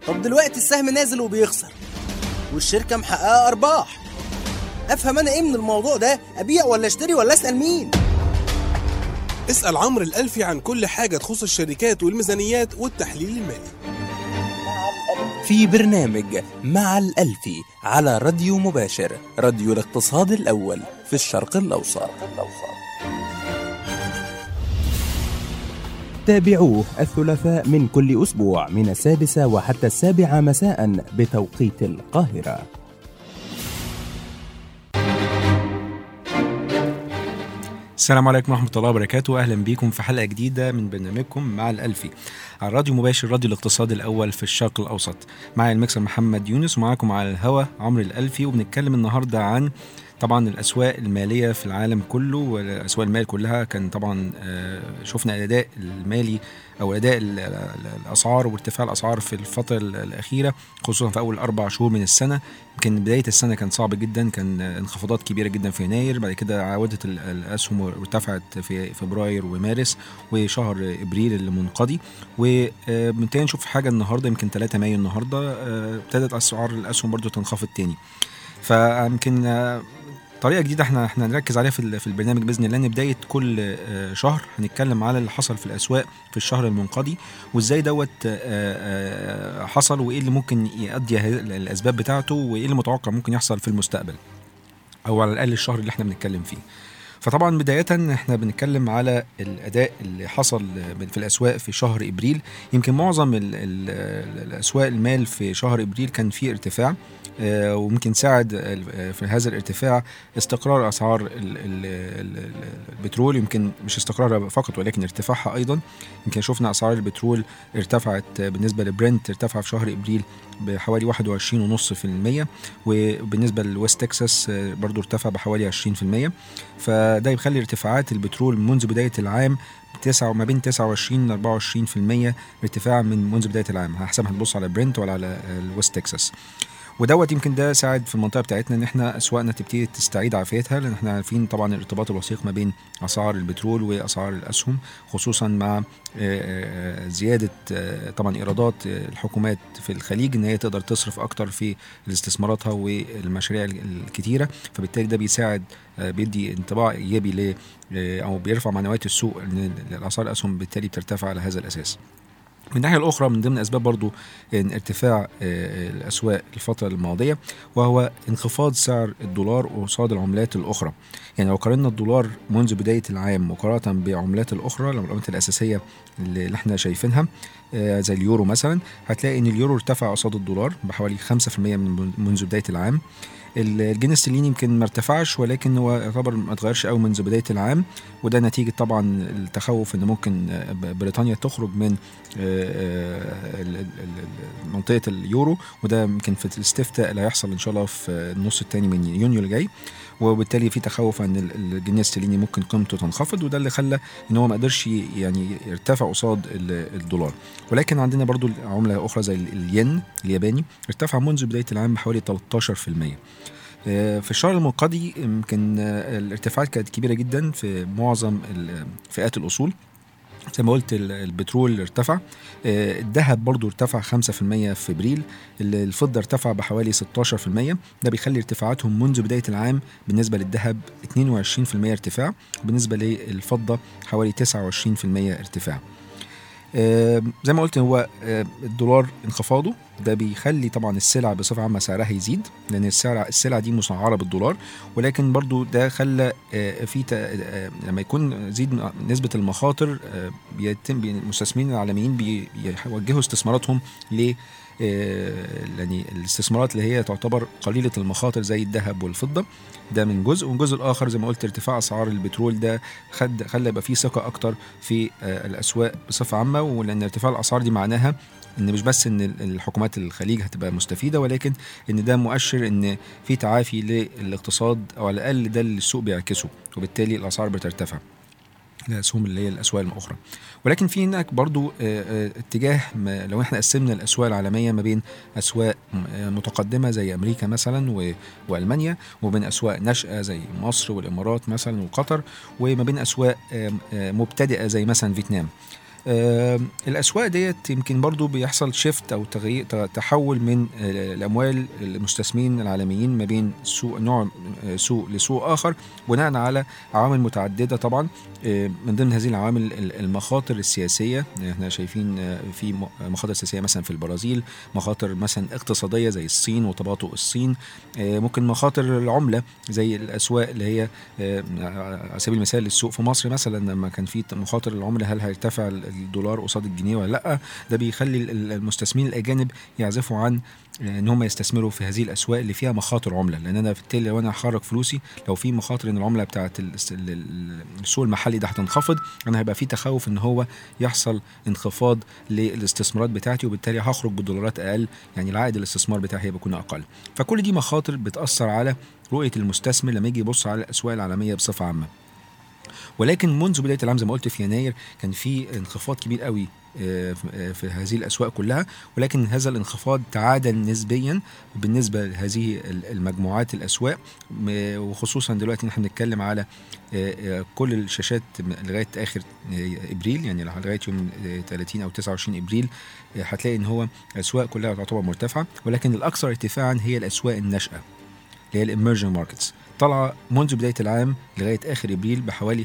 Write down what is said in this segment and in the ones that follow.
طب دلوقتي السهم نازل وبيخسر والشركة محققة أرباح، أفهم أنا إيه من الموضوع ده؟ أبيع ولا أشتري ولا أسأل مين؟ اسأل عمرو الألفي عن كل حاجة تخص الشركات والميزانيات والتحليل المالي في برنامج مع الألفي على راديو مباشر، راديو الاقتصاد الأول في الشرق الأوسط. تابعوه الثلاثاء من كل أسبوع من 6 وحتى 7 مساء بتوقيت القاهرة. السلام عليكم ورحمة الله وبركاته، أهلا بكم في حلقة جديدة من برنامجكم مع الألفي على راديو مباشر، راديو الاقتصاد الأول في الشرق الأوسط. معي المكسر محمد يونس ومعاكم على الهوا عمرو الألفي، وبنتكلم النهاردة عن طبعا الأسواق المالية في العالم كله والأسواق المال كلها. كان طبعا شفنا الأداء المالي أو أداء الأسعار وارتفاع الأسعار في الفترة الأخيرة، خصوصا في أول 4 شهور من السنة. يمكن بداية السنة كان صعب جدا، كان انخفاضات كبيرة جدا في يناير، بعد كده عودت الأسهم وارتفعت في فبراير ومارس وشهر إبريل اللي منقضي. وبنتين نشوف حاجة النهاردة، يمكن 3 مايو النهاردة ابتدت أسعار الأسهم برضو تنخفض تاني. فيمكن طريقة جديدة احنا نركز عليها في البرنامج بإذن الله، ان بداية كل شهر هنتكلم على اللي حصل في الأسواق في الشهر المنقضي، وازاي دوت حصل، وايه اللي ممكن يؤدي الأسباب بتاعته، وايه اللي متوقع ممكن يحصل في المستقبل، او على الأقل الشهر اللي احنا بنتكلم فيه. فطبعا بداية احنا بنتكلم على الأداء اللي حصل في الأسواق في شهر إبريل. يمكن معظم الأسواق المال في شهر إبريل كان فيه ارتفاع، وممكن ساعد في هذا الارتفاع استقرار أسعار البترول. يمكن مش استقرارها فقط ولكن ارتفاعها أيضا. يمكن شفنا أسعار البترول ارتفعت بالنسبة لبرنت، ارتفع في شهر إبريل بحوالي 21.5%، وبالنسبة لويست تكساس برضو ارتفع بحوالي 20%. فده يخلي ارتفاعات البترول منذ بداية العام ما بين 29 ل 24% ارتفاع منذ بداية العام، حسب هنبص على برنت ولا على الويست تكساس. ودوت يمكن ده ساعد في المنطقه بتاعتنا ان احنا اسواقنا تبتدي تستعيد عافيتها، لان احنا عارفين طبعا الارتباط الوثيق ما بين اسعار البترول واسعار الاسهم، خصوصا مع زياده طبعا ايرادات الحكومات في الخليج ان هي تقدر تصرف اكتر في استثماراتها والمشاريع الكتيره. فبالتالي ده بيساعد، بيدي انطباع ايجابي او بيرفع معنويات السوق، ان الاسعار الاسهم بالتالي بترتفع على هذا الاساس. من الناحية الأخرى من ضمن أسباب برضو إن ارتفاع الأسواق الفترة الماضية وهو انخفاض سعر الدولار قصاد العملات الأخرى. يعني لو قارنا الدولار منذ بداية العام مقارنة بعملات الأخرى، العملات الأساسية اللي احنا شايفينها زي اليورو مثلا، هتلاقي إن اليورو ارتفع قصاد الدولار بحوالي 5% منذ بداية العام. الجنيه الاسترليني يمكن ما ارتفعش، ولكن هو يعتبر ما اتغيرش قوي منذ بدايه العام، وده نتيجه طبعا التخوف ان ممكن بريطانيا تخرج من منطقه اليورو، وده يمكن في الاستفتاء اللي هيحصل ان شاء الله في النص الثاني من يونيو الجاي. وبالتالي في تخوف ان الجنيه الاسترليني ممكن قيمته تنخفض، وده اللي خلى ان هو ما قدرش يعني يرتفع قصاد الدولار. ولكن عندنا برضو عمله اخرى زي الين الياباني ارتفع منذ بدايه العام بحوالي 13%. في الشهر المنقضي يمكن الارتفاعات كانت كبيرة جدا في معظم فئات الأصول. زي ما قلت البترول ارتفع، الذهب برضو ارتفع 5% في ابريل، الفضة ارتفع بحوالي 16%. ده بيخلي ارتفاعاتهم منذ بداية العام بالنسبة للذهب 22% ارتفاع، وبالنسبة للفضة حوالي 29% ارتفاع. زي ما قلت هو الدولار انخفاضه ده بيخلي طبعا السلع بصفة عامة سعرها يزيد، لأن السلع دي مسعرة بالدولار. ولكن برضو ده خلى لما يكون زيد نسبة المخاطر، بيتم المستثمرين العالميين بيوجهوا استثماراتهم يعني الاستثمارات اللي هي تعتبر قليلة المخاطر زي الذهب والفضة. ده من جزء، والجزء الآخر زي ما قلت ارتفاع أسعار البترول ده خلى يبقى فيه ثقة أكتر في الأسواق بصفة عامة. ولأن ارتفاع الأسعار دي معناها ان مش بس ان الحكومات الخليج هتبقى مستفيده، ولكن ان ده مؤشر ان في تعافي للاقتصاد، او على الاقل ده اللي السوق بيعكسه، وبالتالي الاسعار بترتفع الاسهم اللي هي الاسواق الاخرى. ولكن في هناك برضو اتجاه، لو احنا قسمنا الاسواق العالميه ما بين اسواق متقدمه زي امريكا مثلا والمانيا، وبين اسواق ناشئه زي مصر والامارات مثلا وقطر، وما بين اسواق مبتدئه زي مثلا فيتنام. الأسواق ديت يمكن برضو بيحصل شيفت أو تحول من الأموال المستثمرين العالميين ما بين نوع سوق لسوق آخر بناء على عوامل متعددة طبعا. من ضمن هذه العوامل المخاطر السياسية، احنا شايفين في مخاطر سياسية مثلا في البرازيل، مخاطر مثلا اقتصادية زي الصين وتباطؤ الصين، ممكن مخاطر العملة زي الأسواق اللي هي على سبيل المثال السوق في مصر مثلا لما كان في مخاطر العملة، هل هيرتفع الدولار قصاد الجنيه ولا لا. ده بيخلي المستثمرين الأجانب يعزفوا عن ان هم يستثمروا في هذه الاسواق اللي فيها مخاطر عمله، لان انا بالتالي لو انا هحرك فلوسي لو في مخاطر ان العمله بتاعه السوق المحلي ده هتنخفض، انا هيبقى في تخوف ان هو يحصل انخفاض للاستثمارات بتاعتي، وبالتالي هخرج بدولارات اقل، يعني العائد الاستثمار بتاعي هيبقى يكون اقل. فكل دي مخاطر بتاثر على رؤيه المستثمر لما يجي يبص على الاسواق العالميه بصفه عامه. ولكن منذ بدايه العام زي ما قلت في يناير كان في انخفاض كبير قوي في هذه الأسواق كلها، ولكن هذا الانخفاض تعادل نسبيا بالنسبة لهذه المجموعات الأسواق، وخصوصا دلوقتي نحن بنتكلم على كل الشاشات لغاية آخر إبريل، يعني لغاية يوم 30 أو 29 إبريل هتلاقي إن هو الأسواق كلها تعتبر مرتفعة، ولكن الأكثر ارتفاعا هي الأسواق الناشئة اللي هي الإميرجنج ماركتس، طلع منذ بداية العام لغاية آخر إبريل بحوالي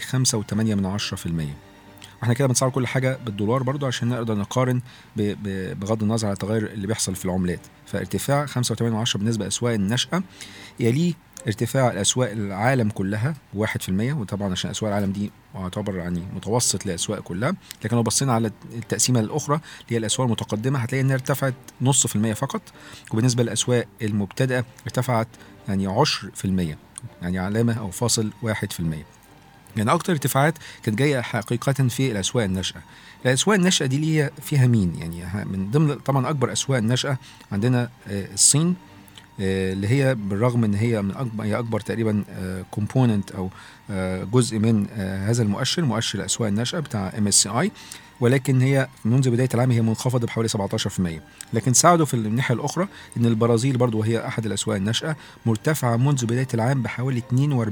5.8%. احنا كده بنسعر كل حاجة بالدولار برضو عشان نقدر نقارن بغض النظر على التغير اللي بيحصل في العملات. فارتفاع 5.8% بالنسبة لأسواق الناشئة، يليه ارتفاع الأسواق العالم كلها 1%، وطبعا عشان أسواق العالم دي معتبر يعني متوسط لأسواق كلها، لكن لو بصينا على التقسيمة الأخرى اللي هي الأسواق المتقدمة هتلاقي إنها ارتفعت 0.5% فقط، وبالنسبة للأسواق المبتدئة ارتفعت يعني 10%، يعني علامة أو فاصل 1%. يعني أكتر ارتفاعات كانت جاية حقيقة في الأسواق الناشئة. الأسواق الناشئة دي اللي هي فيها مين؟ يعني من ضمن طبعا أكبر أسواق الناشئة عندنا الصين، اللي هي بالرغم ان هي هي اكبر تقريبا كومبوننت او جزء من هذا مؤشر الاسواق الناشئه بتاع MSCI، ولكن هي منذ بدايه العام هي منخفضه بحوالي 17%. لكن ساعدوا في الناحيه الاخرى ان البرازيل برضو وهي احد الاسواق الناشئه مرتفعه منذ بدايه العام بحوالي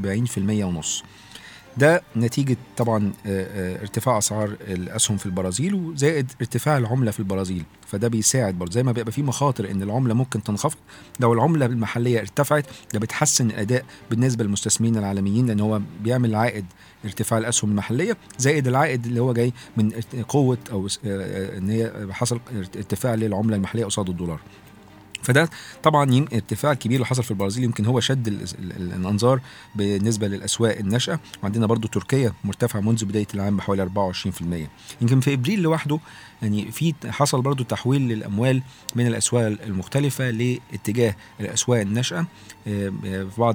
42.5%. ده نتيجة طبعا ارتفاع أسعار الأسهم في البرازيل وزائد ارتفاع العملة في البرازيل، فده بيساعد برضه زي ما بيبقى فيه مخاطر إن العملة ممكن تنخفض، لو العملة المحلية ارتفعت ده بتحسن الأداء بالنسبة للمستثمرين العالميين، لأن هو بيعمل عائد ارتفاع الأسهم المحلية زائد العائد اللي هو جاي من قوة أو إن هي حصل ارتفاع للعملة المحلية قصاد الدولار. فده طبعا ارتفاع كبير اللي حصل في البرازيل يمكن هو شد الانظار بالنسبه للاسواق الناشئه. وعندنا برضو تركيا مرتفعه منذ بدايه العام بحوالي 24%. يمكن في ابريل لوحده يعني في حصل برضو تحويل للاموال من الاسواق المختلفه لاتجاه الاسواق الناشئه. في بعض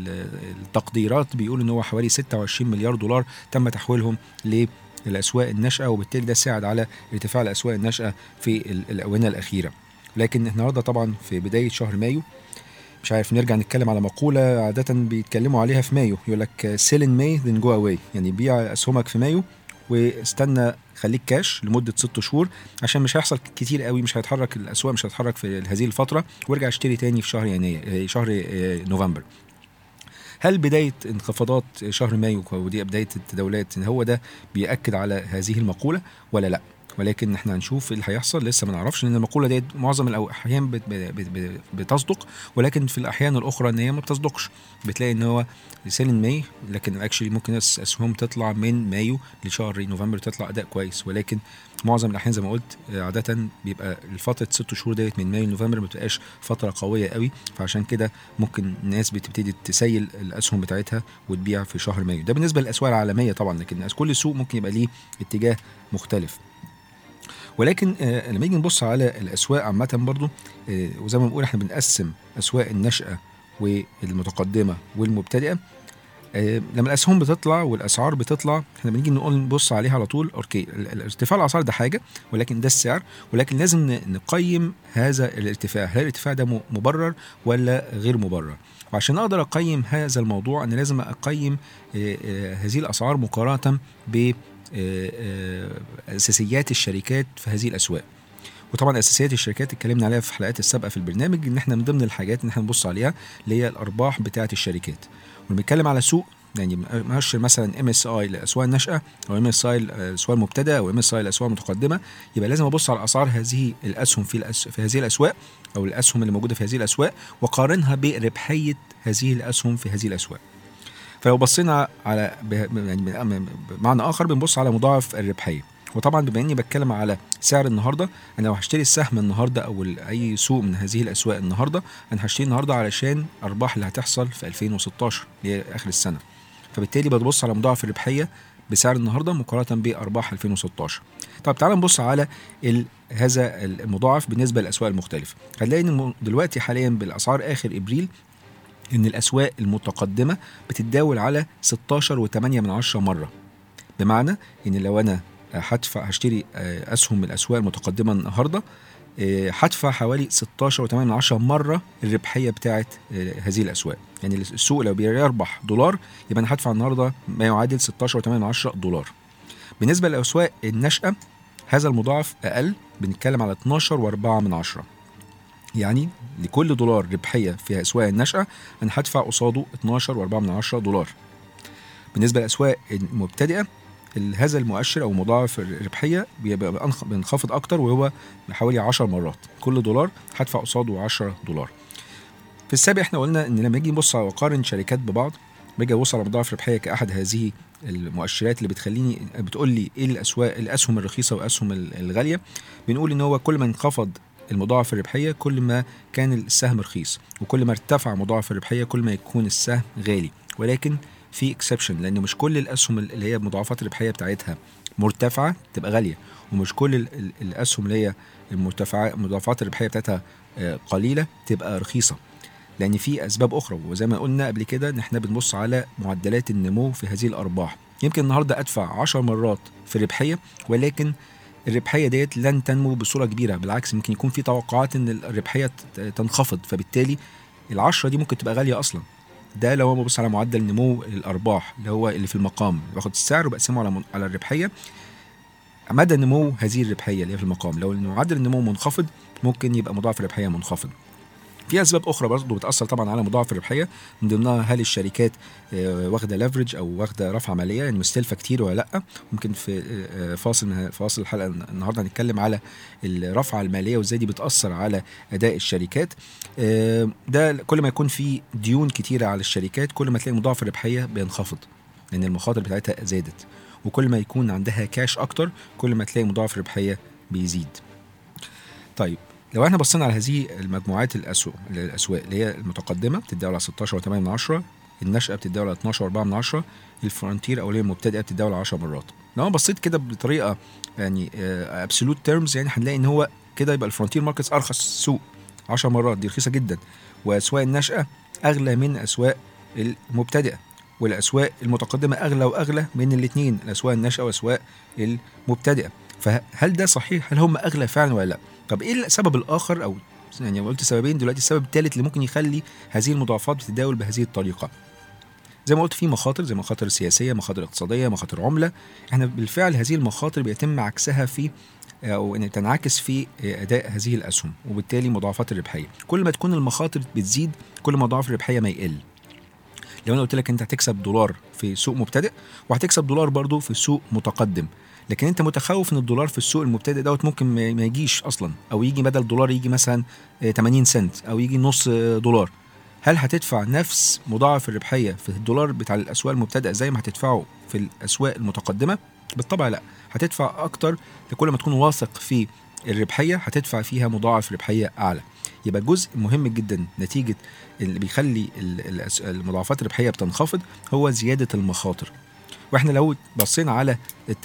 التقديرات بيقول ان هو حوالي 26 مليار دولار تم تحويلهم للاسواق الناشئه، وبالتالي ده ساعد على ارتفاع الاسواق الناشئه في الاونه الاخيره. لكن النهارده طبعا في بدايه شهر مايو مش عارف نرجع نتكلم على مقوله عاده بيتكلموا عليها في مايو، يقول لك سيل ان ماي ذن جو اواي، يعني بيع اسهمك في مايو واستنى خليك كاش لمده 6 شهور عشان مش هيحصل كتير قوي، مش هيتحرك الاسواق مش هتتحرك في هذه الفتره، وارجع اشتري تاني في شهر نوفمبر. هل بدايه انخفاضات شهر مايو ودي بدايه التداولات هو ده بيأكد على هذه المقوله ولا لا؟ ولكن احنا هنشوف اللي هيحصل، لسه ما نعرفش، لان المقوله دي معظم الاحيان بتصدق، ولكن في الاحيان الاخرى ان هي ما بتصدقش. بتلاقي ان هو سيل ماي، لكن اكشلي ممكن اسهم تطلع من مايو لشهر نوفمبر تطلع اداء كويس، ولكن معظم الاحيان زي ما قلت عاده بيبقى الفتره 6 شهور ديت من مايو لنوفمبر ما بتبقاش فتره قويه قوي، فعشان كده ممكن الناس بتبتدي تسيل الاسهم بتاعتها وتبيع في شهر مايو. ده بالنسبه للاسواق العالميه طبعا، لكن كل سوق ممكن يبقى ليه اتجاه مختلف. ولكن لما نيجي نبص على الاسواق عامه برضو، وزي ما بنقول احنا بنقسم اسواق الناشئه والمتقدمه والمبتدئه. لما الاسهم بتطلع والاسعار بتطلع احنا بنيجي نبص عليها على طول. اوكي، الارتفاع الاسعار ده حاجه، ولكن ده السعر، ولكن لازم نقيم هذا الارتفاع، هل الارتفاع ده مبرر ولا غير مبرر؟ وعشان اقدر اقيم هذا الموضوع انا لازم اقيم هذه الاسعار مقارنه ب اساسيات الشركات في هذه الاسواق. وطبعا اساسيات الشركات اتكلمنا عليها في الحلقات السابقه في البرنامج، ان احنا من ضمن الحاجات ان احنا نبص عليها اللي هي الارباح بتاعه الشركات. ولما نتكلم على سوق يعني مؤشر مثلا MSI للاسواق الناشئه، او MSI الاسواق المبتدئه، او MSI الاسواق المتقدمه، يبقى لازم ابص على اسعار هذه الاسهم في هذه الاسواق، او الاسهم اللي موجوده في هذه الاسواق، وقارنها بربحيه هذه الاسهم في هذه الاسواق. فلو بصينا على يعني بمعنى اخر بنبص على مضاعف الربحيه. وطبعا بما اني بتكلم على سعر النهارده، انا لو هشتري السهم النهارده او اي سوق من هذه الاسواق النهارده، انا هشتري النهارده علشان ارباح اللي هتحصل في 2016 اللي هي اخر السنه، فبالتالي بتبص على مضاعف الربحيه بسعر النهارده مقارنه بارباح 2016. طب تعال نبص على هذا المضاعف بالنسبه للاسواق المختلفه. هنلاقي ان دلوقتي حاليا بالاسعار اخر ابريل ان الاسواق المتقدمه بتتداول على 16.8 مره، بمعنى ان لو انا هشتري اسهم من الاسواق المتقدمه النهارده، هدفع حوالي 16.8 مره الربحيه بتاعه هذه الاسواق. يعني السوق لو بيربح $، يبقى انا هدفع النهارده ما يعادل 16.8 $. بالنسبه للاسواق الناشئه هذا المضاعف اقل، بنتكلم على 12.4، يعني لكل $1 ربحيه في الاسواق الناشئه انا هدفع قصاده 12.4 بالنسبه للاسواق المبتدئه هذا المؤشر او مضاعف الربحيه بيبقى بينخفض اكتر، وهو بحوالي 10 مرات، كل $1 هدفع قصاده $10. في السابق احنا قلنا ان لما نيجي نبص على وقارن شركات ببعض، باجي ابص على مضاعف الربحيه كاحد هذه المؤشرات اللي بتقول لي ايه الاسهم الرخيصه والاسهم الغاليه، بنقول ان هو كل ما انخفض المضاعف الربحيه كل ما كان السهم رخيص، وكل ما ارتفع مضاعف الربحيه كل ما يكون السهم غالي. ولكن في اكسبشن، لان مش كل الاسهم اللي هي مضاعفات الربحيه بتاعتها مرتفعه تبقى غاليه، ومش كل الاسهم اللي هي مضاعفات الربحيه بتاعتها قليله تبقى رخيصه، لان في اسباب اخرى. وزي ما قلنا قبل كده ان احنا بنبص على معدلات النمو في هذه الارباح. يمكن النهارده ادفع 10 مرات في الربحيه، ولكن الربحيه ديت لن تنمو بصوره كبيره، بالعكس ممكن يكون في توقعات ان الربحيه تنخفض، فبالتالي ال10 دي ممكن تبقى غاليه اصلا. ده لو ببص على معدل نمو الارباح اللي هو اللي في المقام، باخد السعر وبقسمه على الربحيه، مدى نمو هذه الربحيه اللي هي في المقام. لو معدل النمو منخفض ممكن يبقى مضاعف الربحيه منخفض. في اسباب اخرى برضه بتاثر طبعا على مضاعف الربحيه، من ضمنها هل الشركات واخده ليفرج او واخده رفع عمليه، يعني مستلفه كتير ولا لا. ممكن في فاصل الحلقه النهارده هنتكلم على الرفعه الماليه وازاي دي بتاثر على اداء الشركات. ده كل ما يكون في ديون كتيره على الشركات كل ما تلاقي مضاعف الربحيه بينخفض، لان المخاطر بتاعتها زادت. وكل ما يكون عندها كاش اكتر كل ما تلاقي مضاعف الربحيه بيزيد. طيب لو احنا بصينا على هذه المجموعات الاسواق اللي هي المتقدمه بتتداول على 16.8، الناشئه بتتداول على 12.4، الفرونتير او اللي هي المبتدئه بتتداول على 10 مرات. لو انا بصيت كده بطريقه يعني ابسولوت تيرمز، يعني هنلاقي ان هو كده يبقى الفرونتير ماركتس ارخص سوق، 10 مرات دي رخيصه جدا، واسواق الناشئه اغلى من اسواق المبتدئه، والاسواق المتقدمه اغلى واغلى من الاثنين، الاسواق الناشئه واسواق المبتدئه. فهل ده صحيح؟ هل هم اغلى فعلا ولا لا؟ طب ايه السبب الاخر؟ او يعني قلت سببين دلوقتي، السبب الثالث اللي ممكن يخلي هذه المضاعفات بتتداول بهذه الطريقه. زي ما قلت في مخاطر، زي مخاطر سياسيه، مخاطر اقتصاديه، مخاطر عمله. احنا بالفعل هذه المخاطر بيتم عكسها في او ان تنعكس في اداء هذه الاسهم، وبالتالي مضاعفات الربحيه. كل ما تكون المخاطر بتزيد كل ما مضاعف الربحيه ما يقل. لو انا قلت لك انت هتكسب $1 في سوق مبتدئ وهتكسب $1 برضو في سوق متقدم، لكن انت متخوف ان $1 في السوق المبتدئ دوت ممكن ما يجيش اصلا، او يجي بدل $1 يجي مثلا 80 سنت او يجي نص $1، هل هتدفع نفس مضاعف الربحيه في $1 بتاع الاسواق المبتدئه زي ما هتدفعه في الاسواق المتقدمه؟ بالطبع لا، هتدفع اكتر. لكل ما تكون واثق في الربحيه هتدفع فيها مضاعف ربحيه اعلى. يبقى جزء مهم جدا نتيجه اللي بيخلي المضاعفات الربحيه بتنخفض هو زياده المخاطر. واحنا لو بصينا على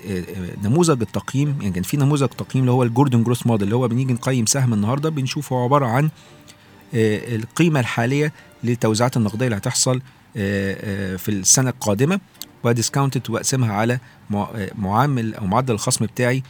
نموذج التقييم، يعني كان في نموذج تقييم اللي هو الجوردن جروث موديل، اللي هو بنيجي نقيم سهم النهارده بنشوفه هو عباره عن القيمه الحاليه للتوزيعات النقديه اللي هتحصل في السنه القادمه، وديسكاونتد، واقسمها على معامل او معدل الخصم بتاعي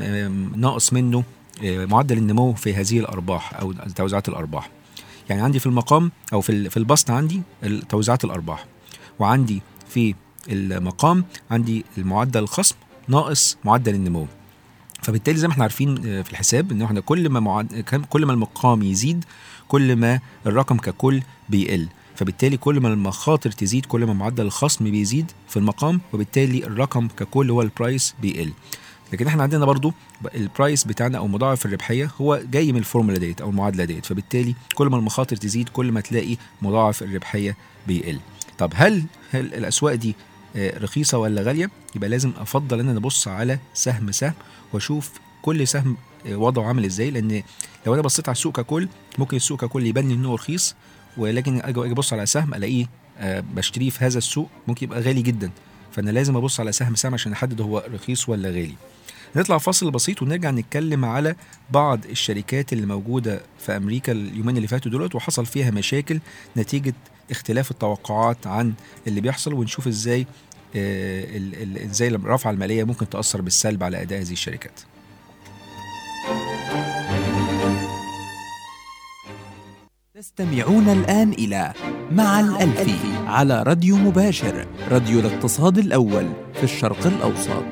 ناقص منه معدل النمو في هذه الارباح او توزيعات الارباح. يعني عندي في المقام او في البسط عندي توزيعات الارباح، وعندي في المقام عندي المعدل الخصم ناقص معدل النمو. فبالتالي زي ما احنا عارفين في الحساب ان احنا كل ما المقام يزيد كل ما الرقم ككل بيقل. فبالتالي كل ما المخاطر تزيد كل ما معدل الخصم بيزيد في المقام، وبالتالي الرقم ككل هو البرايس بيقل. لكن احنا عندنا برضو البرايس بتاعنا او مضاعف الربحيه هو جاي من الفورمولا ديت او المعادله ديت، فبالتالي كل ما المخاطر تزيد كل ما تلاقي مضاعف الربحيه بيقل. طب هل الاسواق دي رخيصه ولا غاليه؟ يبقى لازم افضل ان انا ابص على سهم واشوف كل سهم وضعه عامل ازاي، لان لو انا بصيت على السوق ككل ممكن السوق ككل يبان انه رخيص، ولكن اجي ابص على سهم الاقيه بشتريه في هذا السوق ممكن يبقى غالي جدا. فانا لازم ابص على سهم عشان احدد هو رخيص ولا غالي. نطلع فاصل بسيط ونرجع نتكلم على بعض الشركات اللي موجودة في أمريكا اليومين اللي فاتوا دولت وحصل فيها مشاكل نتيجة اختلاف التوقعات عن اللي بيحصل، ونشوف ازاي ازاي الرفعة المالية ممكن تأثر بالسلب على أداء هذه الشركات. تستمعون الآن إلى مع الألفي على راديو مباشر، راديو الاقتصاد الأول في الشرق الأوسط.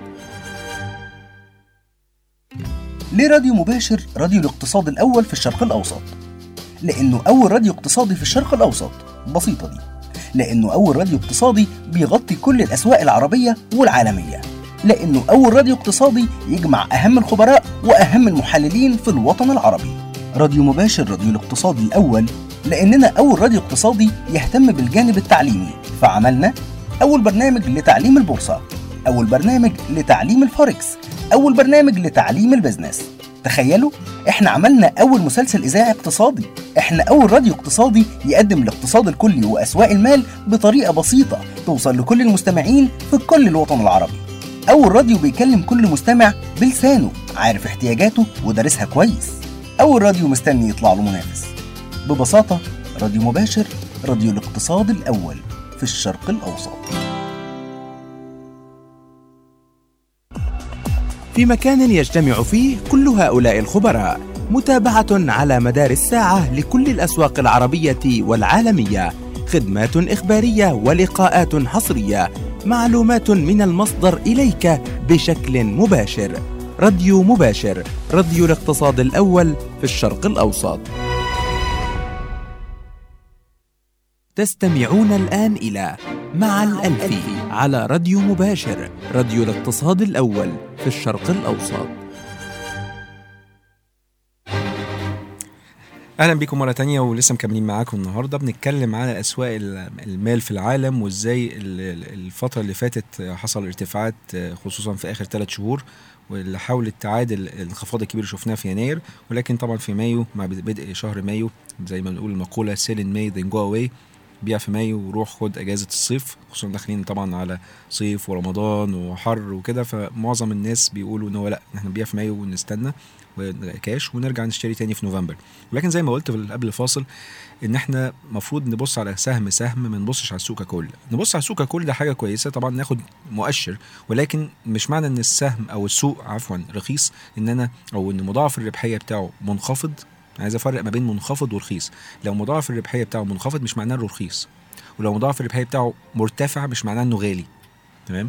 ليه راديو مباشر راديو الاقتصاد الأول في الشرق الأوسط؟ لأنه أول راديو اقتصادي في الشرق الأوسط. بسيطة دي، لأنه أول راديو اقتصادي بيغطي كل الأسواق العربية والعالمية، لأنه أول راديو اقتصادي يجمع أهم الخبراء وأهم المحللين في الوطن العربي. راديو مباشر راديو الاقتصاد الأول لأننا أول راديو اقتصادي يهتم بالجانب التعليمي، فعملنا أول برنامج لتعليم البورصة، أول برنامج لتعليم الفوركس، أول برنامج لتعليم البزنس. تخيلوا، إحنا عملنا أول مسلسل إذاعي اقتصادي، إحنا أول راديو اقتصادي يقدم الاقتصاد الكلي وأسواق المال بطريقة بسيطة توصل لكل المستمعين في كل الوطن العربي. أول راديو بيكلم كل مستمع بلسانه، عارف احتياجاته ودارسها كويس. أول راديو مستني يطلع له منافس. ببساطة راديو مباشر راديو الاقتصاد الأول في الشرق الأوسط. في مكان يجتمع فيه كل هؤلاء الخبراء، متابعة على مدار الساعة لكل الأسواق العربية والعالمية، خدمات إخبارية ولقاءات حصرية، معلومات من المصدر إليك بشكل مباشر. راديو مباشر راديو الاقتصاد الأول في الشرق الأوسط. تستمعون الآن إلى مع الألفي على راديو مباشر راديو الاقتصاد الأول في الشرق الأوسط. أهلا بكم مرة تانية ولسه مكملين معاكم. النهاردة بنتكلم على أسواق المال في العالم، وإزاي الفترة اللي فاتت حصل ارتفاعات خصوصا في آخر 3 شهور، واللي حاولت تعادل الانخفاض الكبير اللي شفناه في يناير. ولكن طبعا في مايو مع بدء شهر مايو زي ما بنقول المقولة sell in May then go away، بيع في مايو وروح خد اجازة الصيف، خصوصا داخلين طبعا على صيف ورمضان وحر وكده، فمعظم الناس بيقولوا ان هو لا، احنا نبيع في مايو ونستنى كاش ونرجع نشتري تاني في نوفمبر. ولكن زي ما قلت قبل الفاصل ان احنا مفروض نبص على سهم ما نبصش على السوق ككل. نبص على السوق ككل ده حاجة كويسة طبعا، ناخد مؤشر، ولكن مش معنى ان السهم او السوق رخيص ان مضاعف الربحية بتاعه منخفض. عايز افرق ما بين منخفض ورخيص. لو مضاعف الربحيه بتاعه منخفض مش معناه انه رخيص، ولو مضاعف الربحيه بتاعه مرتفع مش معناه انه غالي. تمام؟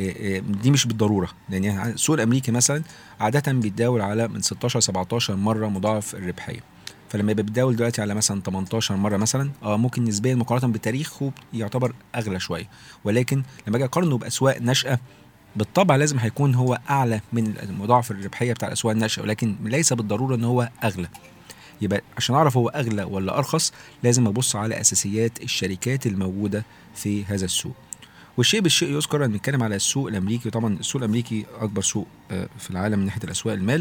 دي مش بالضروره، لان يعني السوق الامريكي مثلا عاده بيتداول على من 16-17 مره مضاعف الربحيه، فلما يبقى بيتداول دلوقتي على مثلا 18 مره مثلا ممكن نسبيا مقارنه بالتاريخ يعتبر اغلى شويه. ولكن لما اجي اقارنه باسواق ناشئه بالطبع لازم هيكون هو اعلى من مضاعف الربحيه بتاع الاسواق الناشئه، ولكن ليس بالضروره ان هو اغلى. يبقى عشان اعرف هو اغلى ولا ارخص لازم ابص على اساسيات الشركات الموجوده في هذا السوق. والشيء بالشيء يذكر ان نتكلم على السوق الامريكي. طبعا السوق الامريكي اكبر سوق في العالم من ناحيه الاسواق المال.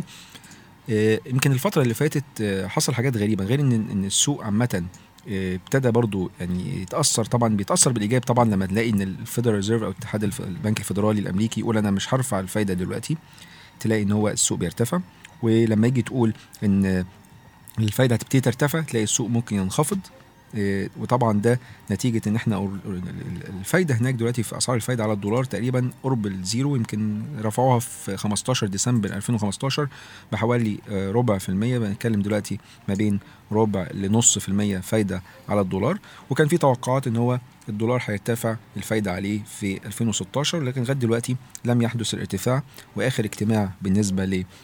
يمكن الفتره اللي فاتت حصل حاجات غريبه، غير ان السوق عامه ابتدى برضو يعني يتاثر. طبعا بيتاثر بالايجاب طبعا لما تلاقي ان الفيدرال ريزيرف او اتحاد البنك الفيدرالي الامريكي يقول انا مش هرفع الفايده دلوقتي، تلاقي ان هو السوق بيرتفع. ولما يجي تقول ان الفايدة هتبتدي ترتفع تلاقي السوق ممكن ينخفض. وطبعا ده نتيجة ان احنا الفايدة هناك دلوقتي في اسعار الفايدة على الدولار تقريبا قرب الزيرو. يمكن رفعوها في 15 ديسمبر 2015 بحوالي 0.25%. بنتكلم دلوقتي ما بين 0.5% فايدة على الدولار. وكان في توقعات ان هو الدولار هيرتفع الفايدة عليه في 2016، لكن لغاية دلوقتي لم يحدث الارتفاع. وآخر اجتماع بالنسبة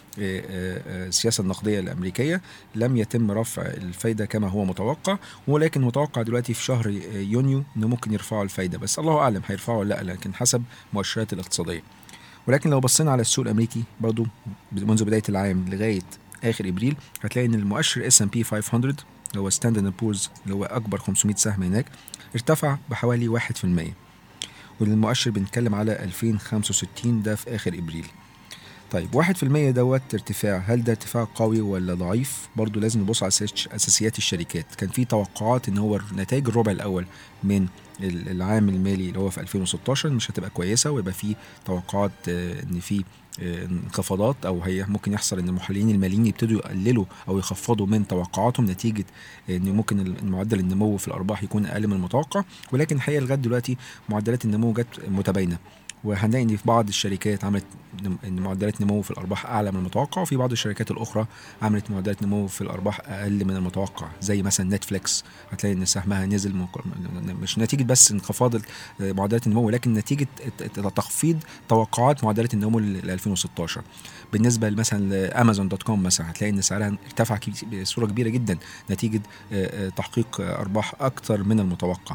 للسياسة النقدية الأمريكية لم يتم رفع الفايدة كما هو متوقع، ولكن متوقع دلوقتي في شهر يونيو أنه ممكن يرفعوا الفايدة، بس الله أعلم هيرفعوا ولا لا، لكن حسب مؤشرات الاقتصادية. ولكن لو بصينا على السوق الأمريكي برضو منذ بداية العام لغاية آخر إبريل، هتلاقي أن المؤشر S&P 500 اللي هو ستاندرد بورز اللي هو أكبر 500 سهم هناك ارتفع بحوالي 1%، والمؤشر بنتكلم على 2065 ده في آخر إبريل. طيب 1% دوت ارتفاع، هل ده ارتفاع قوي ولا ضعيف؟ برضو لازم نبص على أساسيات الشركات. كان في توقعات ان هو نتائج الربع الأول من العام المالي اللي هو في 2016 مش هتبقى كويسة، ويبقى في توقعات ان في انخفاضات، او هي ممكن يحصل ان المحللين الماليين يبتدوا يقللوا او يخفضوا من توقعاتهم نتيجة ان ممكن معدل النمو في الأرباح يكون أقل من المتوقع. ولكن الحقيقة لغاية دلوقتي معدلات النمو جت متباينة، وهنلاقي ان في بعض الشركات عملت ان معدلات نمو في الارباح اعلى من المتوقع، وفي بعض الشركات الاخرى عملت معدلات نمو في الارباح اقل من المتوقع، زي مثلا نتفليكس هتلاقي ان سهمها نزل مش نتيجه بس انخفاض معدلات النمو، لكن نتيجه تخفيض توقعات معدلات النمو ل 2016. بالنسبه مثلا لامازون.com مثلا هتلاقي ان سعرها ارتفع بصوره كبيره جدا نتيجه تحقيق ارباح اكثر من المتوقع.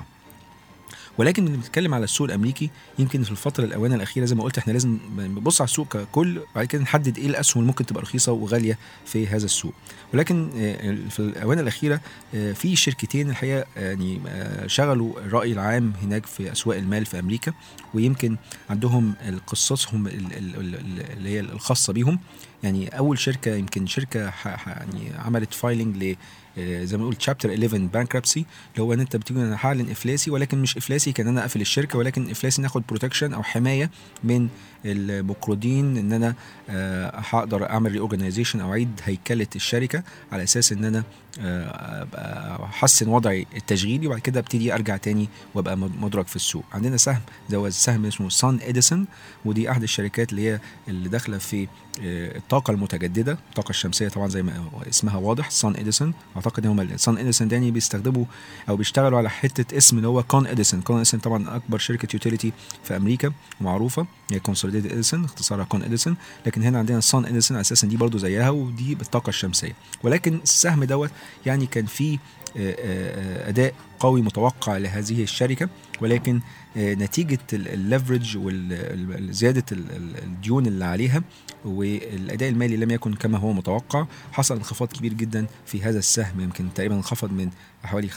ولكن بنتكلم على السوق الامريكي، يمكن في الفتره الاونه الاخيره زي ما قلت احنا لازم نبص على السوق ككل، وبعد كده نحدد ايه الاسهم اللي ممكن تبقى رخيصه وغاليه في هذا السوق. ولكن في الاونه الاخيره في شركتين الحقيقه يعني شغلوا الراي العام هناك في اسواق المال في امريكا، ويمكن عندهم قصصهم اللي هي الخاصه بيهم. يعني اول شركه يمكن شركه يعني عملت فايلنج زي ما نقول شابتر 11 بانكربسي، اللي هو ان انت بتيجي انا هعلن افلاسي، ولكن مش افلاسي كان انا اقفل الشركه، ولكن افلاسي ناخد بروتكشن او حمايه من المقرضين، ان انا هقدر اعمل ري اورجانيزيشن او اعيد هيكله الشركه على اساس ان انا احسن وضعي التشغيلي، وبعد كده ابتدي ارجع تاني وابقى مدرج في السوق. عندنا سهم زي سهم اسمه سان اديسون، ودي احد الشركات اللي داخله في الطاقه المتجدده، الطاقه الشمسيه طبعا زي ما اسمها واضح سان اديسون. اعتقد هم سان اديسون داني بيستخدموا او بيشتغلوا على حته اسم اللي هو كون اديسون. كون اديسون طبعا اكبر شركه يوتيليتي في امريكا معروفه، هي كونسوليديتد اديسون اختصارها كون اديسون، لكن هنا عندنا سان اديسون اساسا دي برضو زيها ودي بالطاقه الشمسيه. ولكن السهم دوت يعني كان فيه اداء قوي متوقع لهذه الشركه، ولكن نتيجه الليفرج وزياده الديون اللي عليها والاداء المالي لم يكن كما هو متوقع، حصل انخفاض كبير جدا في هذا السهم. يمكن تقريبا انخفض من حوالي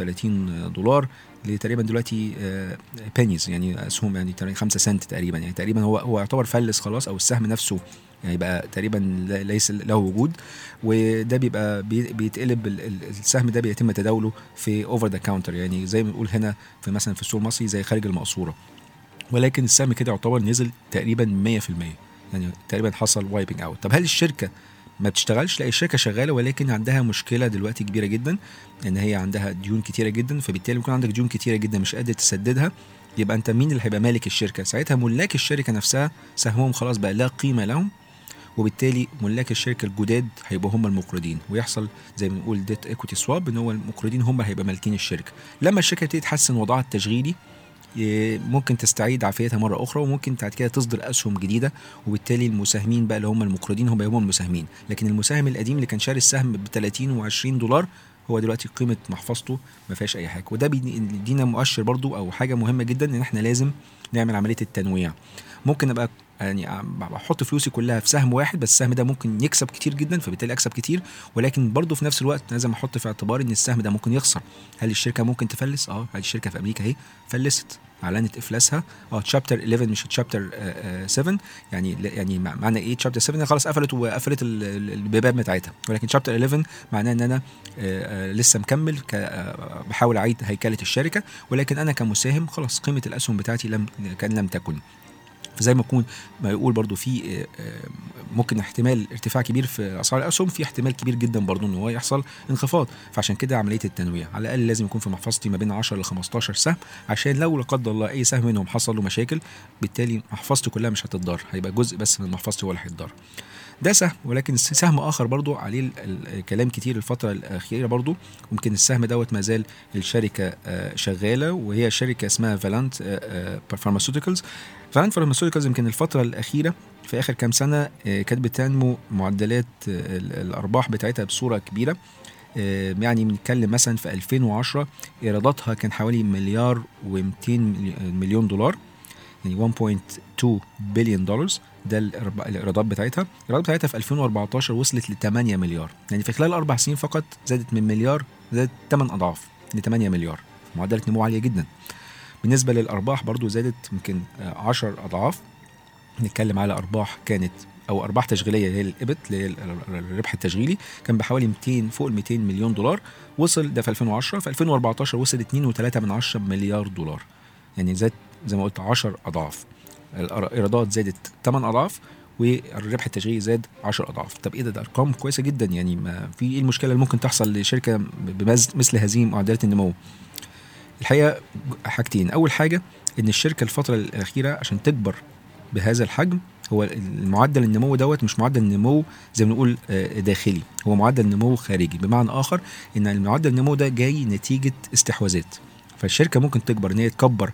$35 لتقريبا دلوقتي بينيز، يعني اسهم يعني 5 سنت تقريبا، يعني تقريبا هو يعتبر فلس خلاص، او السهم نفسه يعني بقى تقريبا ليس له وجود. وده بيبقى بيتقلب السهم ده بيتم تداوله في اوفر ذا كاونتر، يعني زي ما بنقول هنا في مثلا في السوق المصري زي خارج المقصوره. ولكن السهم كده يعتبر نزل تقريبا 100%، يعني تقريبا حصل وايبنج اوت. طب هل الشركه ما بتشتغلش؟ لا، الشركه شغاله، ولكن عندها مشكله دلوقتي كبيره جدا، ان هي عندها ديون كتيره جدا. فبالتالي يكون عندك ديون كتيره جدا مش قادر تسددها، يبقى انت مين اللي هيبقى مالك الشركه؟ ساعتها ملاك الشركه نفسها سهمهم خلاص بقى لا قيمه لهم، وبالتالي ملاك الشركه الجداد هيبقوا هم المقرضين، ويحصل زي ما بنقول ديت ايكويتي سواب، ان هو المقرضين هم هيبقى مالكين الشركه. لما الشركه تبتدي تحسن وضعها التشغيلي ممكن تستعيد عافيتها مره اخرى، وممكن بعد كده تصدر اسهم جديده، وبالتالي المساهمين بقى اللي هم المقرضين هم المساهمين. لكن المساهم القديم اللي كان شاري السهم ب $30 و$20 هو دلوقتي قيمه محفظته ما فيهاش اي حاجه. وده بيدينا مؤشر برضو او حاجه مهمه جدا، ان احنا لازم نعمل عمليه التنويع. ممكن ابقى يعني احط فلوسي كلها في سهم واحد، بس السهم ده ممكن يكسب كتير جدا فبالتالي اكسب كتير، ولكن برضو في نفس الوقت لازم احط في اعتبار ان السهم ده ممكن يخسر. هل الشركه ممكن تفلس؟ هل الشركه في امريكا اهي فلست، اعلنت افلاسها، تشابتر 11 مش تشابتر 7. يعني معنى ايه تشابتر 7؟ خلاص قفلت البيبان بتاعتها. ولكن تشابتر 11 معناه ان انا لسه مكمل بحاول اعيد هيكله الشركه، ولكن انا كمساهم خلاص قيمه الاسهم بتاعتي لم تكن. فزي ما يقول برضو في ممكن احتمال ارتفاع كبير في اسعار الاسهم، في احتمال كبير جدا برضو ان هو يحصل انخفاض. فعشان كده عمليه التنويع على الاقل لازم يكون في محفظتي ما بين 10 ل 15 سهم، عشان لو لا قدر الله اي سهم منهم حصل له مشاكل، بالتالي محفظتي كلها مش هتتضر، هيبقى جزء بس من محفظتي هو اللي هيتضر. ده سهم، ولكن سهم اخر برضو عليه الكلام كتير الفتره الاخيره برضو. ممكن السهم دوت ما زال الشركه شغاله، وهي شركه اسمها فالانت فارماسيوتيكالز. فالانت فارماسيوتيكالز يمكن الفتره الاخيره في اخر كام سنه كانت بتنمو معدلات الارباح بتاعتها بصوره كبيره. يعني بنتكلم مثلا في 2010 ايراداتها كان حوالي $1.2 مليار، يعني 1.2 بليون دولار. ده الايرادات بتاعتها. الايرادات بتاعتها في 2014 وصلت ل 8 مليار، يعني في خلال 4 سنين فقط زادت من مليار، زادت 8 اضعاف ل 8 مليار، معدلة نمو عالية جدا. بالنسبة للارباح برضو زادت يمكن 10 اضعاف. نتكلم على ارباح كانت او ارباح تشغيليه اللي هي الابت اللي هي الربح التشغيلي كان بحوالي 200 فوق ال 200 مليون دولار، وصل ده في 2010. في 2014 وصل 2.3 مليار دولار، يعني زاد زي ما قلت 10 اضعاف. الايرادات زادت 8 اضعاف، والربح التشغيلي زاد 10 اضعاف. طب ايه ده ارقام كويسه جدا. يعني ما في ايه المشكله اللي ممكن تحصل لشركه بمثل هذه معدلات النمو؟ الحقيقه حاجتين. اول حاجه ان الشركه الفتره الاخيره عشان تكبر بهذا الحجم، هو المعدل النمو دوت مش معدل نمو زي ما بنقول داخلي، هو معدل نمو خارجي. بمعنى اخر ان المعدل النمو ده جاي نتيجه استحواذات. فالشركه ممكن تكبر ان هي تكبر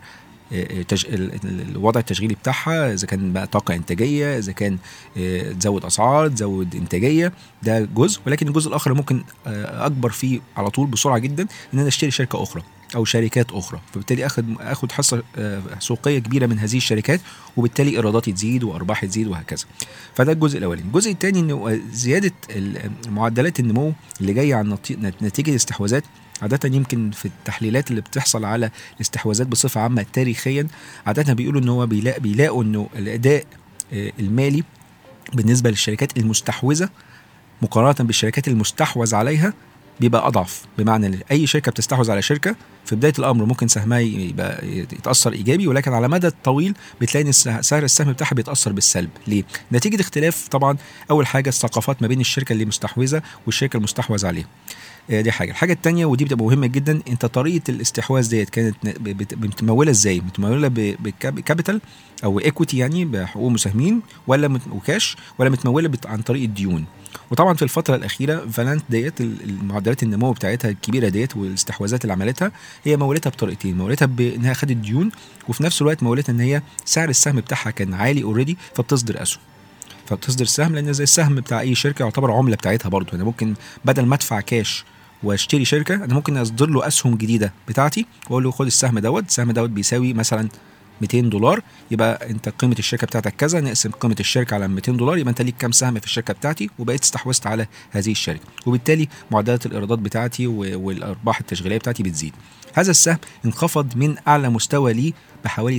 الوضع التشغيلي بتاعها، اذا كان بقى طاقه انتاجيه، اذا كان تزود اسعار، تزود انتاجيه، ده جزء. ولكن الجزء الاخر ممكن اكبر فيه على طول بسرعه جدا ان انا اشتري شركه اخرى او شركات اخرى، فبالتالي اخد حصه سوقيه كبيره من هذه الشركات، وبالتالي ايراداتي تزيد وارباحي تزيد وهكذا. فده الجزء الاولاني. الجزء الثاني انه زياده معدلات النمو اللي جايه عن نتيجه الاستحواذات. عادة يمكن في التحليلات اللي بتحصل على الاستحواذات بصفة عامة تاريخيا، عادة بيقولوا ان هو بيلاقوا انه الاداء المالي بالنسبة للشركات المستحوذة مقارنة بالشركات المستحوذ عليها بيبقى اضعف. بمعنى ان اي شركة بتستحوذ على شركة في بداية الامر ممكن سهمها يبقى يتأثر ايجابي، ولكن على مدى الطويل بتلاقي ان سعر السهم بتاعها بيتأثر بالسلب. ليه؟ نتيجة اختلاف طبعا اول حاجة الثقافات ما بين الشركة اللي مستحوذة والشركة المستحوذ عليها. دي حاجه. الحاجه الثانيه ودي بتبقى مهمه جدا، انت طريقه الاستحواذ ديت كانت متموله ازاي؟ متموله بكابيتال او ايكويتي، يعني بحقوق مساهمين، ولا وكاش، ولا متموله عن طريق الديون؟ وطبعا في الفتره الاخيره فالانت ديت المعدلات النمو بتاعتها الكبيره ديت والاستحواذات اللي عملتها هي مولتها بطريقتين. مولتها بانها خدت ديون، وفي نفس الوقت مولتها ان هي سعر السهم بتاعها كان عالي اوريدي، فبتصدر اسهم، فبتصدر سهم، لان زي السهم بتاع اي شركه يعتبر عمله بتاعتها برضه. انا ممكن بدل ما ادفع كاش واشتري شركه، انا ممكن اصدر له اسهم جديده بتاعتي واقول له خد السهم دوت، السهم دوت بيساوي مثلا $200، يبقى انت قيمه الشركه بتاعتك كذا، نقسم قيمه الشركه على $200، يبقى انت ليك كام سهم في الشركه بتاعتي، وبقيت استحوذت على هذه الشركه، وبالتالي معدلات الايرادات بتاعتي والارباح التشغيليه بتاعتي بتزيد. هذا السهم انخفض من اعلى مستوى ليه بحوالي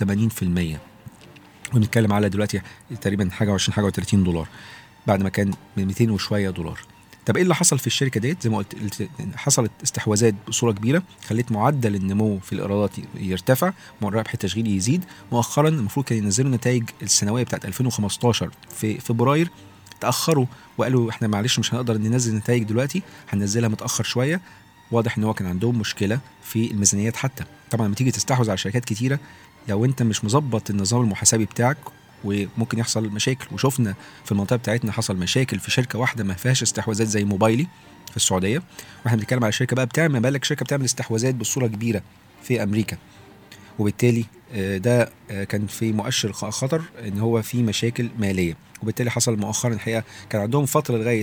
87%، ونتكلم على دلوقتي تقريبا حاجه 20 حاجه $30 بعد ما كان من 200 وشويه دولار. طب ايه اللي حصل في الشركه ديت؟ زي ما قلت حصلت استحواذات بصوره كبيره خلت معدل النمو في الايرادات يرتفع، الربح التشغيلي يزيد. مؤخرا المفروض كانوا ينزلوا النتائج السنويه بتاعت 2015 في فبراير، تاخروا وقالوا احنا معلش مش هنقدر ننزل النتائج دلوقتي، هننزلها متاخر شويه. واضح ان هو كان عندهم مشكله في الميزانيات. حتى طبعا لما تيجي تستحوذ على شركات كتيره، لو انت مش مظبط النظام المحاسبي بتاعك وممكن يحصل مشاكل. وشفنا في المنطقه بتاعتنا حصل مشاكل في شركه واحده ما فيهاش استحواذات زي موبايلي في السعوديه، واحنا بنتكلم على شركه بقى بتعمل بالك شركه بتعمل استحواذات بصوره كبيره في امريكا، وبالتالي ده كان في مؤشر خطر ان هو في مشاكل ماليه. وبالتالي حصل مؤخرا الحقيقه كان عندهم فتره لغايه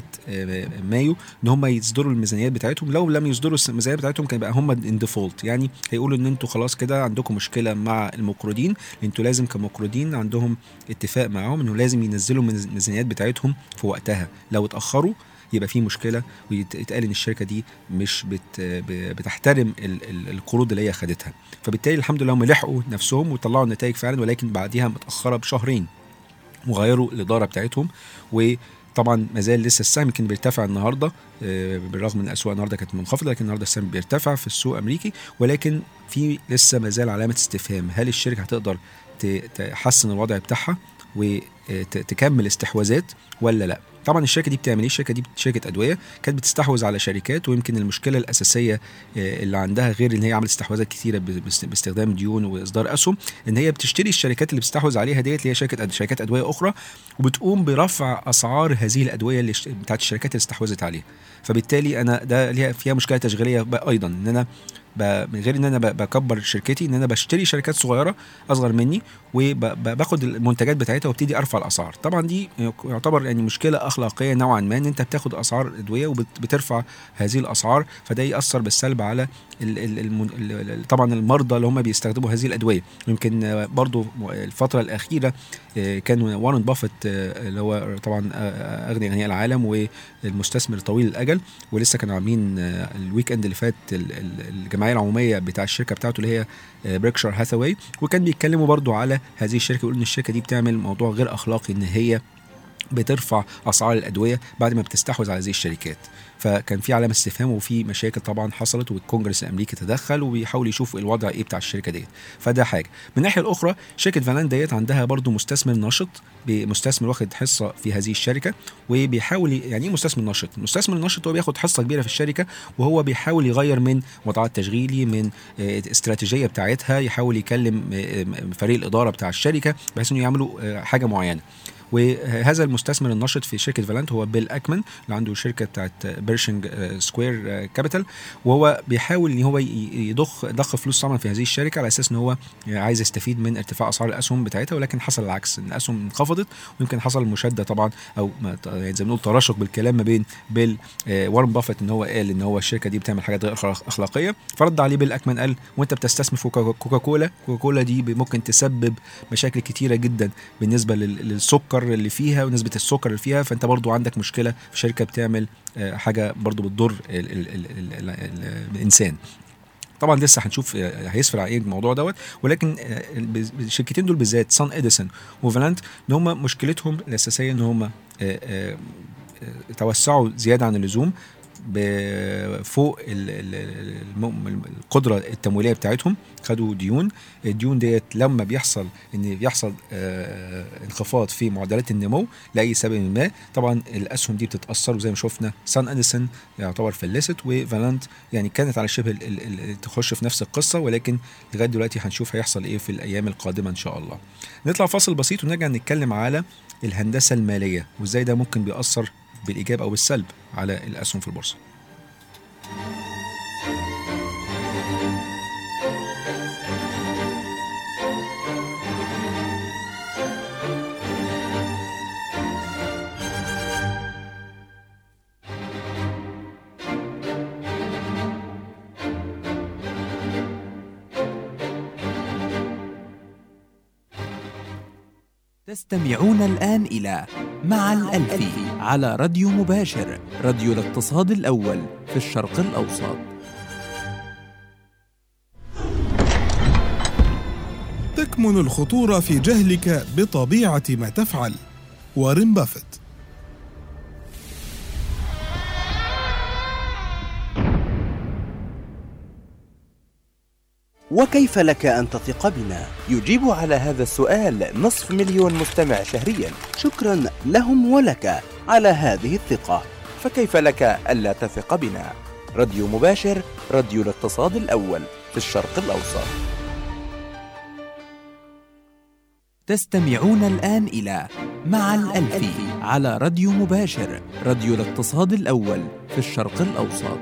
مايو ان هم يصدروا الميزانيات بتاعتهم. لو لم يصدروا الميزانيات بتاعتهم كان بقى هم ان ديفولت، يعني هيقولوا ان انتوا خلاص كده عندكم مشكله مع المقرضين، انتوا لازم كمقرضين عندهم اتفاق معاهم انه لازم ينزلوا الميزانيات بتاعتهم في وقتها. لو اتاخروا يبقى في مشكله، ويتقال ان الشركه دي مش بتحترم القروض اللي هي خدتها. فبالتالي الحمد لله هم لحقوا نفسهم وطلعوا النتائج فعلا، ولكن بعديها متاخره بشهرين، وغيروا الاداره بتاعتهم. وطبعا ما زال لسه السهم كان بيرتفع النهارده، بالرغم من الاسواق النهارده كانت منخفضه، لكن النهارده السهم بيرتفع في السوق الامريكي. ولكن في لسه ما زال علامه استفهام، هل الشركه هتقدر تحسن الوضع بتاعها تكمل استحواذات ولا لا. طبعا الشركه دي بتعمل ايه؟ الشركه دي شركه ادويه كانت بتستحوذ على شركات، ويمكن المشكله الاساسيه اللي عندها غير ان هي عملت استحواذات كتيره باستخدام ديون واصدار اسهم، ان هي بتشتري الشركات اللي بتستحوذ عليها ديت اللي هي شركات ادويه اخرى، وبتقوم برفع اسعار هذه الادويه اللي بتاعت الشركات اللي استحوذت عليها. فبالتالي انا ده فيها مشكله تشغيليه ايضا، ان انا من غير ان انا بكبر شركتي، ان انا بشتري شركات صغيره اصغر مني وباخد المنتجات بتاعتها وابتدي ارفع الاسعار. طبعا دي يعتبر يعني مشكله اخلاقيه نوعا ما، ان انت بتاخد اسعار ادويه وبترفع هذه الاسعار، فده ياثر بالسلب على طبعا المرضى اللي هم بيستخدموا هذه الادويه. يمكن برضو الفتره الاخيره كان وارن بافيت اللي هو طبعا اغنى اغنياء العالم والمستثمر طويل الاجل، ولسه كانوا عاملين الويك اند اللي فات الجمعيه العموميه بتاع الشركه بتاعته اللي هي بريكشر هاثاواي، وكان بيتكلموا برضو على هذه الشركه، يقولوا ان الشركه دي بتعمل موضوع غير اخلاقي، ان هي بترفع اسعار الادويه بعد ما بتستحوذ على هذه الشركات. فكان في علامه استفهام وفي مشاكل طبعا حصلت، والكونجرس الامريكي تدخل وبيحاول يشوف الوضع ايه بتاع الشركه ديت. فده حاجه. من الناحيه الاخرى شركه فالانت ديت عندها برضو مستثمر نشط، مستثمر واخد حصه في هذه الشركه، وبيحاول يعني ايه مستثمر نشط؟ المستثمر النشط هو بياخد حصه كبيره في الشركه، وهو بيحاول يغير من وضعها التشغيلي، من الاستراتيجيه بتاعتها، يحاول يكلم فريق الاداره بتاع الشركه بحيث انه يعملوا حاجه معينه. وهذا المستثمر النشط في شركه فالانت هو بيل اكمان اللي عنده شركه بتاعت بيرشنج سكوير كابيتال، وهو بيحاول ان هو يضخ فلوس طبعا في هذه الشركه على اساس ان هو عايز يستفيد من ارتفاع اسعار الاسهم بتاعتها، ولكن حصل العكس، ان الاسهم انخفضت، ويمكن حصل مشاده طبعا او يعني زي ما بنقول تراشق بالكلام ما بين بيل وارن بافيت، ان هو قال ان هو الشركه دي بتعمل حاجات غير اخلاقيه. فرد عليه بيل اكمان قال وانت بتستثمر في كوكاكولا دي ممكن تسبب مشاكل كتيره جدا بالنسبه للسكر اللي فيها ونسبه السكر اللي فيها، فانت برضو عندك مشكله في شركه بتعمل حاجه برضو بتضر الانسان. طبعا لسه هنشوف هيسفر على ايه الموضوع دوت، ولكن الشركتين دول بالذات سان اديسون وفالانت ان هم مشكلتهم الاساسيه ان هم توسعوا زياده عن اللزوم فوق القدره التمويليه بتاعتهم، خدوا الديون ديت لما بيحصل انخفاض في معدلات النمو لاي سبب ما، طبعا الاسهم دي بتتاثر، وزي ما شفنا سان اديسون يعتبر فلست، وفالانت يعني كانت على شبه تخش في نفس القصه، ولكن لغايه دلوقتي هنشوف هيحصل ايه في الايام القادمه ان شاء الله. نطلع فاصل بسيط ونرجع نتكلم على الهندسه الماليه وازاي ده ممكن بيأثر بالإيجاب أو بالسلب على الأسهم في البورصة. تستمعون الآن إلى مع الألفي على راديو مباشر، راديو الاقتصاد الأول في الشرق الأوسط. تكمن الخطورة في جهلك بطبيعة ما تفعل. وارن بافيت. وكيف لك أن تثق بنا؟ يجيب على هذا السؤال 500,000 مستمع شهريا. شكرا لهم ولك على هذه الثقة. فكيف لك ألا تثق بنا؟ راديو مباشر، راديو الاقتصاد الأول في الشرق الأوسط. تستمعون الآن إلى مع الألفي على راديو مباشر، راديو الاقتصاد الأول في الشرق الأوسط.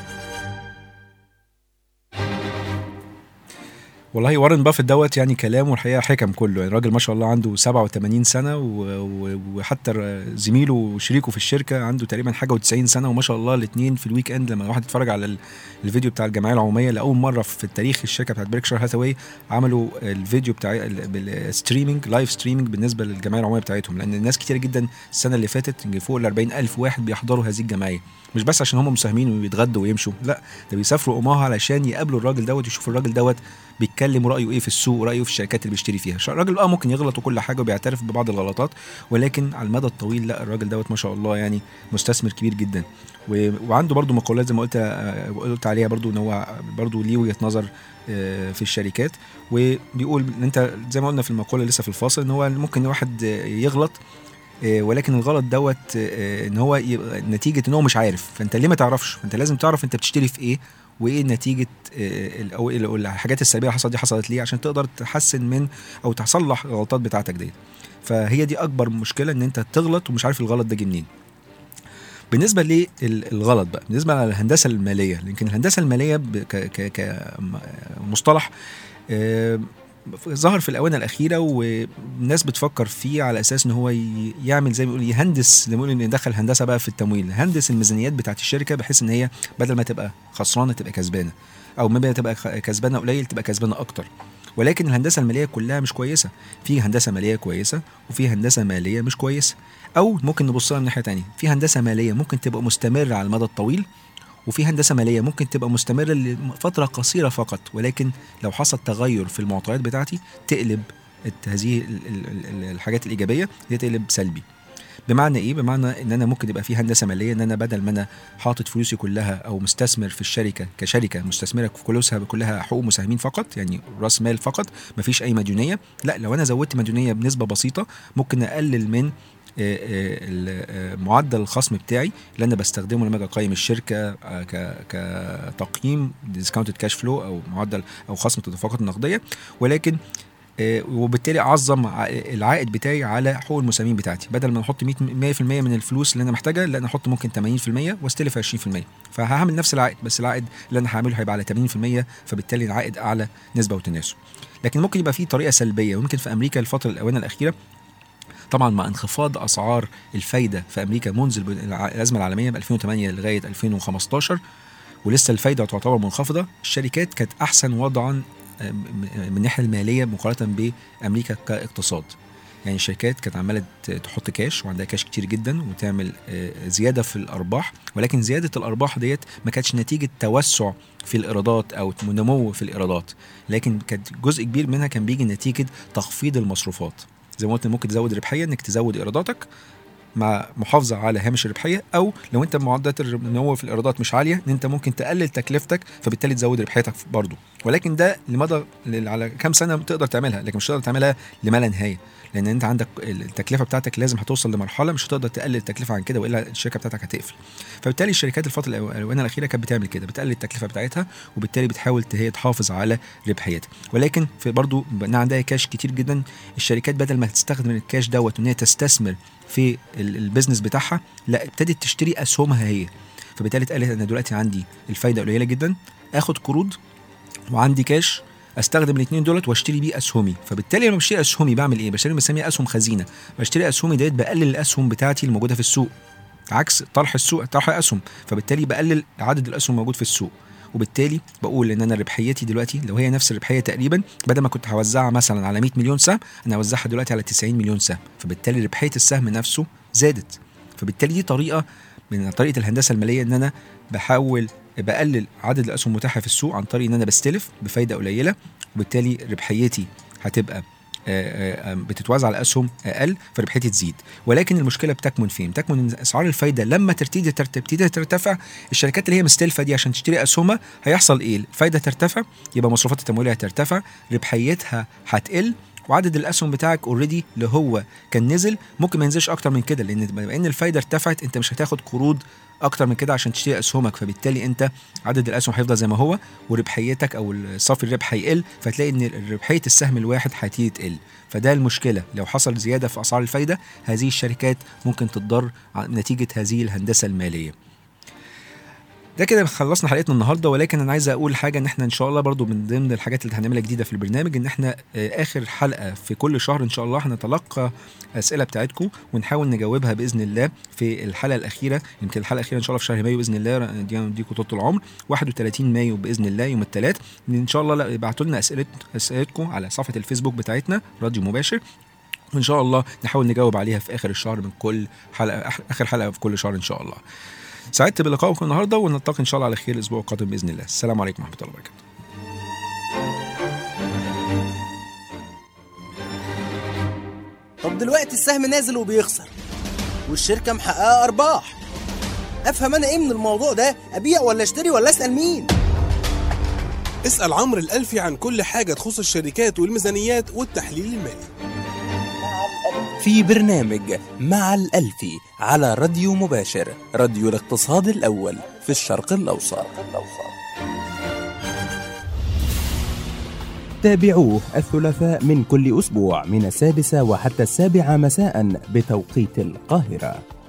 والله وارن بافيت دوت يعني كلامه الحقيقه حكم كله، يعني الراجل ما شاء الله عنده 87 سنه، وحتى زميله وشريكه في الشركه عنده تقريبا حاجه و90 سنه، وما شاء الله الاثنين في الويك اند لما الواحد يتفرج على الفيديو بتاع الجمعيه العموميه لاول مره في التاريخ الشركه بتاعت بريكشر هاثاواي عملوا الفيديو بتاع بالستريمينج لايف ستريمينج بالنسبه للجمعيه العموميه بتاعتهم، لان الناس كتير جدا السنه اللي فاتت فوق ال 40,000 واحد بيحضروا هذه الجمعيه، مش بس عشان هم مساهمين ويتغدوا ويمشوا، لا ده بيسافروا اوماها علشان يقابلوا الراجل دوت، يشوفوا الراجل دوت بيتكلم ورأيه ايه في السوق ورأيه في الشركات اللي بيشتري فيها. الراجل ممكن يغلط وكل حاجه وبيعترف ببعض الغلطات، ولكن على المدى الطويل لا، الراجل دوت ما شاء الله يعني مستثمر كبير جدا، وعنده برضو مقولات زي ما قلت عليها برضو ان هو برضو ليه وجهة نظر في الشركات. وبيقول ان انت زي ما قلنا في المقولة لسه في الفاصل ان هو ممكن واحد يغلط، ولكن الغلط دوت ان هو نتيجة ان هو مش عارف. فانت ليه ما تعرفش؟ فانت لازم تعرف انت بتشتري في ايه، وايه نتيجة او الحاجات السلبية اللي حصلت ليه، عشان تقدر تحسن من او تصلح الغلطات بتاعتك دي. فهي دي اكبر مشكلة، ان انت تغلط ومش عارف الغلط ده جه منين. بالنسبة للغلط بقى، بالنسبة للهندسة المالية، يمكن الهندسة المالية كمصطلح ظهر في الآونة الأخيرة، والناس بتفكر فيه على أساس إن هو يعمل زي ما يقول يهندس، زي ما يقول إن يدخل هندسة بقى في التمويل، هندس الميزانيات بتاعت الشركة بحيث إن هي بدل ما تبقى خسرانة تبقى كسبانة، أو ما تبقى كسبانة قليل تبقى كسبانة أكتر. ولكن الهندسة المالية كلها مش كويسة، في هندسة مالية كويسة وفي هندسة مالية مش كويسة. أو ممكن نبص لها من ناحية تانية، في هندسة مالية ممكن تبقى مستمرة على المدى الطويل، وفي هندسة مالية ممكن تبقى مستمرة لفترة قصيرة فقط، ولكن لو حصل تغير في المعطيات بتاعتي تقلب هذه الحاجات الإيجابية دي تقلب سلبي. بمعنى ايه؟ بمعنى ان انا ممكن يبقى في هندسه ماليه ان انا بدل ما انا حاطط فلوسي كلها او مستثمر في الشركه كشركه مستثمره في فلوسها كلها حقوق مساهمين فقط، يعني راس مال فقط، مفيش اي مديونيه. لا، لو انا زودت مديونيه بنسبه بسيطه ممكن اقلل من معدل الخصم بتاعي اللي انا بستخدمه لما اجي اقيم الشركه كتقييم ديسكاونتد كاش فلو او معدل او خصم التدفقات النقديه، ولكن وبالتالي اعظم العائد بتاعي على حقوق المساهمين بتاعتي. بدل ما نحط 100% من الفلوس اللي انا محتاجها، لا انا احط ممكن 80% واستلف 20%، فهعمل نفس العائد، بس العائد اللي انا هعمله هيبقى على 80%، فبالتالي العائد اعلى نسبه وتناسب. لكن ممكن يبقى في طريقه سلبيه، وممكن في امريكا الفتره الاونه الاخيره طبعا مع انخفاض اسعار الفايده في امريكا منذ الازمه العالميه ب 2008 لغايه 2015، ولسه الفايده تعتبر منخفضه، الشركات كانت احسن وضعا من الناحيه الماليه مقارنه بامريكا كاقتصاد. يعني الشركات كانت عماله تحط كاش وعندها كاش كتير جدا وتعمل زياده في الارباح، ولكن زياده الارباح ديت ما كانتش نتيجه توسع في الايرادات او نمو في الايرادات، لكن كانت جزء كبير منها كان بيجي نتيجه تخفيض المصروفات. زي ما قلت ممكن تزود ربحيه انك تزود ايراداتك مع محافظه على هامش الربحيه، او لو انت معدلات النمو في الايرادات مش عاليه ان انت ممكن تقلل تكلفتك فبالتالي تزود ربحيتك برضه. ولكن ده لمدى على كام سنه تقدر تعملها، لكن مش هتقدر تعملها لما لا نهايه، لان انت عندك التكلفه بتاعتك لازم هتوصل لمرحله مش هتقدر تقلل التكلفه عن كده، والا الشركه بتاعتك هتقفل. فبالتالي الشركات الفتره الاونه الاخيره كانت بتعمل كده، بتقلل التكلفه بتاعتها وبالتالي بتحاول هي تحافظ على ربحيتها. ولكن في برضه عندها كاش كتير جدا، الشركات بدل ما تستخدم الكاش دوت وان هي تستثمر في البيزنس بتاعها، لا ابتدت تشتري اسهمها هي. فبالتالي قالت انا دلوقتي عندي الفايده قليله جدا، اخد قروض وعندي كاش استخدم الاثنين دولت واشتري بيه اسهمي. فبالتالي لما بشتري اسهمي بعمل ايه؟ بشتري بنسميها اسهم خزينه، بشتري اسهمي ديت بقلل الاسهم بتاعتي الموجوده في السوق، عكس طرح السوق طرح اسهم، فبالتالي بقلل عدد الاسهم الموجود في السوق، وبالتالي بقول ان انا ربحيتي دلوقتي لو هي نفس الربحيه تقريبا، بدل ما كنت هوزعها مثلا على 100 مليون سهم انا هوزعها دلوقتي على 90 مليون سهم، فبالتالي ربحيه السهم نفسه زادت. فبالتالي دي طريقه من طريقه الهندسه الماليه، ان انا بحاول بقلل عدد الاسهم المتاحه في السوق عن طريق ان انا بستلف بفايده قليله، وبالتالي ربحيتي هتبقى بتتوزع على اسهم اقل فربحيتي تزيد. ولكن المشكله بتكمن فين؟ تكمن ان اسعار الفايده لما تبتدي ترتفع، الشركات اللي هي مستلفه دي عشان تشتري اسهمها هيحصل ايه؟ الفايده ترتفع، يبقى مصروفات التمويليه هترتفع، ربحيتها هتقل، وعدد الاسهم بتاعك اوريدي اللي هو كان نزل ممكن ما ينزلش اكتر من كده، لان بما ان الفايده ارتفعت انت مش هتاخد قروض اكتر من كده عشان تشتري اسهمك، فبالتالي انت عدد الاسهم هيفضل زي ما هو وربحيتك او صافي الربح هيقل، فتلاقي ان ربحيه السهم الواحد هتيجي تقل. فده المشكله، لو حصل زياده في اسعار الفايده هذه الشركات ممكن تتضرر نتيجه هذه الهندسه الماليه. ده كده خلصنا حلقتنا النهارده، ولكن انا عايز اقول حاجه، ان احنا ان شاء الله برضو من ضمن الحاجات اللي هنعملها جديده في البرنامج ان احنا اخر حلقه في كل شهر ان شاء الله هنتلقى اسئله بتاعتكم ونحاول نجاوبها باذن الله في الحلقه الاخيره. يمكن الحلقه الاخيره ان شاء الله في شهر مايو باذن الله، نديكم طول العمر 31 مايو باذن الله يوم الثلاث ان شاء الله. ابعتوا لنا اسئلتكم على صفحه الفيسبوك بتاعتنا راديو مباشر، وان شاء الله نحاول نجاوب عليها في اخر الشهر من كل حلقه، اخر حلقه في كل شهر ان شاء الله. سعدت بلقائكم النهارده، ونلتقي ان شاء الله على خير الاسبوع القادم باذن الله. السلام عليكم ورحمه الله وبركاته. طب دلوقتي السهم نازل وبيخسر والشركة محققة أرباح، أفهم أنا إيه من الموضوع ده؟ أبيع ولا أشتري ولا أسأل مين؟ اسأل عمرو الألفي عن كل حاجة تخص الشركات والميزانيات والتحليل المالي في برنامج مع الألفي على راديو مباشر، راديو الاقتصاد الأول في الشرق الأوسط. تابعوه الثلاثاء من كل أسبوع من 6 وحتى 7 مساء بتوقيت القاهرة.